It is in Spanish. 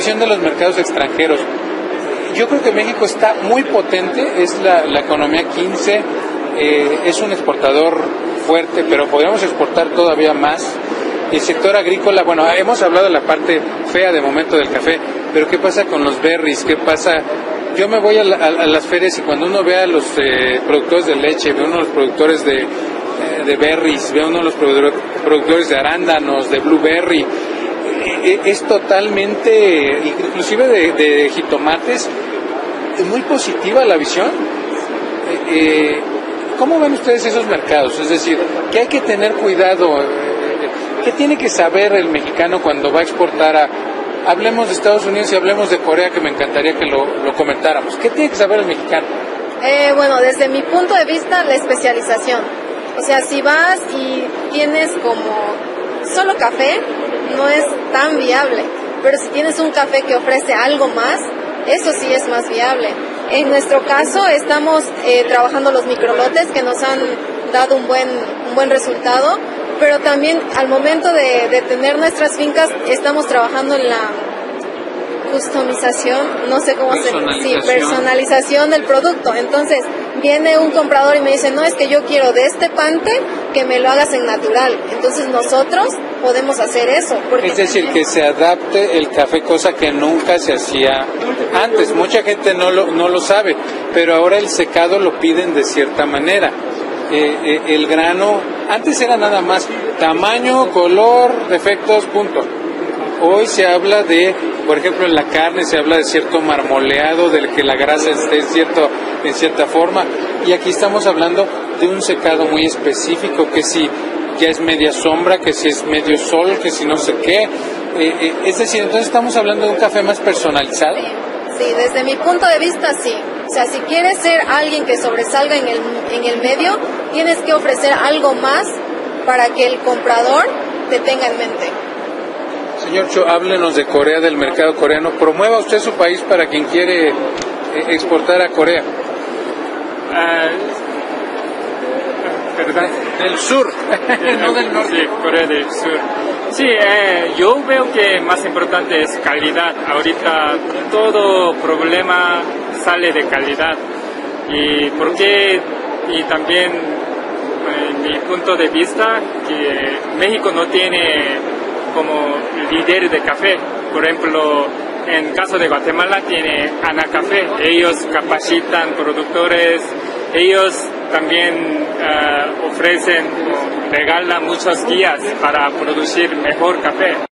visión de los mercados extranjeros. Yo creo que México está muy potente, es la economía 15, es un exportador fuerte, pero podríamos exportar todavía más. El sector agrícola, bueno, hemos hablado de la parte fea de momento del café, pero ¿qué pasa con los berries? ¿Qué pasa? Yo me voy a las ferias y cuando uno ve a los productores de leche, ve a uno de los productores de berries, ve a uno de los productores de arándanos, de blueberry, es totalmente, inclusive de jitomates, es muy positiva la visión. ¿Cómo ven ustedes esos mercados? Es decir, ¿qué hay que tener cuidado? ¿Qué tiene que saber el mexicano cuando va a exportar hablemos de Estados Unidos y hablemos de Corea, que me encantaría que lo comentáramos? ¿Qué tiene que saber el mexicano? Bueno, desde mi punto de vista, la especialización. O sea, si vas y tienes como solo café, no es tan viable. Pero si tienes un café que ofrece algo más, eso sí es más viable. En nuestro caso, estamos trabajando los microlotes que nos han dado un buen resultado, pero también al momento de tener nuestras fincas estamos trabajando en la customización, no sé cómo personalización del producto. Entonces viene un comprador y me dice, no, es que yo quiero de este pante que me lo hagas en natural. Entonces nosotros podemos hacer eso. Es decir, que se adapte el café, cosa que nunca se hacía antes. Mucha gente no lo sabe, pero ahora el secado lo piden de cierta manera. El grano, antes era nada más tamaño, color, defectos, punto. Hoy se habla de, por ejemplo, en la carne se habla de cierto marmoleado, del que la grasa esté en cierta forma, y aquí estamos hablando de un secado muy específico, que si ya es media sombra, que si es medio sol, que si no sé qué. Es decir, entonces estamos hablando de un café más personalizado. Sí, desde mi punto de vista sí. O sea, si quieres ser alguien que sobresalga en el medio, tienes que ofrecer algo más para que el comprador te tenga en mente. Señor Cho, háblenos de Corea, del mercado coreano. Promueva usted su país para quien quiere exportar a Corea. ¿Verdad? Del sur, no del norte. Sí, Corea del Sur. Sí, yo veo que más importante es calidad. Ahorita todo problema sale de calidad. Y también, en mi punto de vista, que México no tiene como líder de café. Por ejemplo, en caso de Guatemala tiene Anacafé. Ellos capacitan productores, ellos también ofrecen, regalan muchas guías para producir mejor café.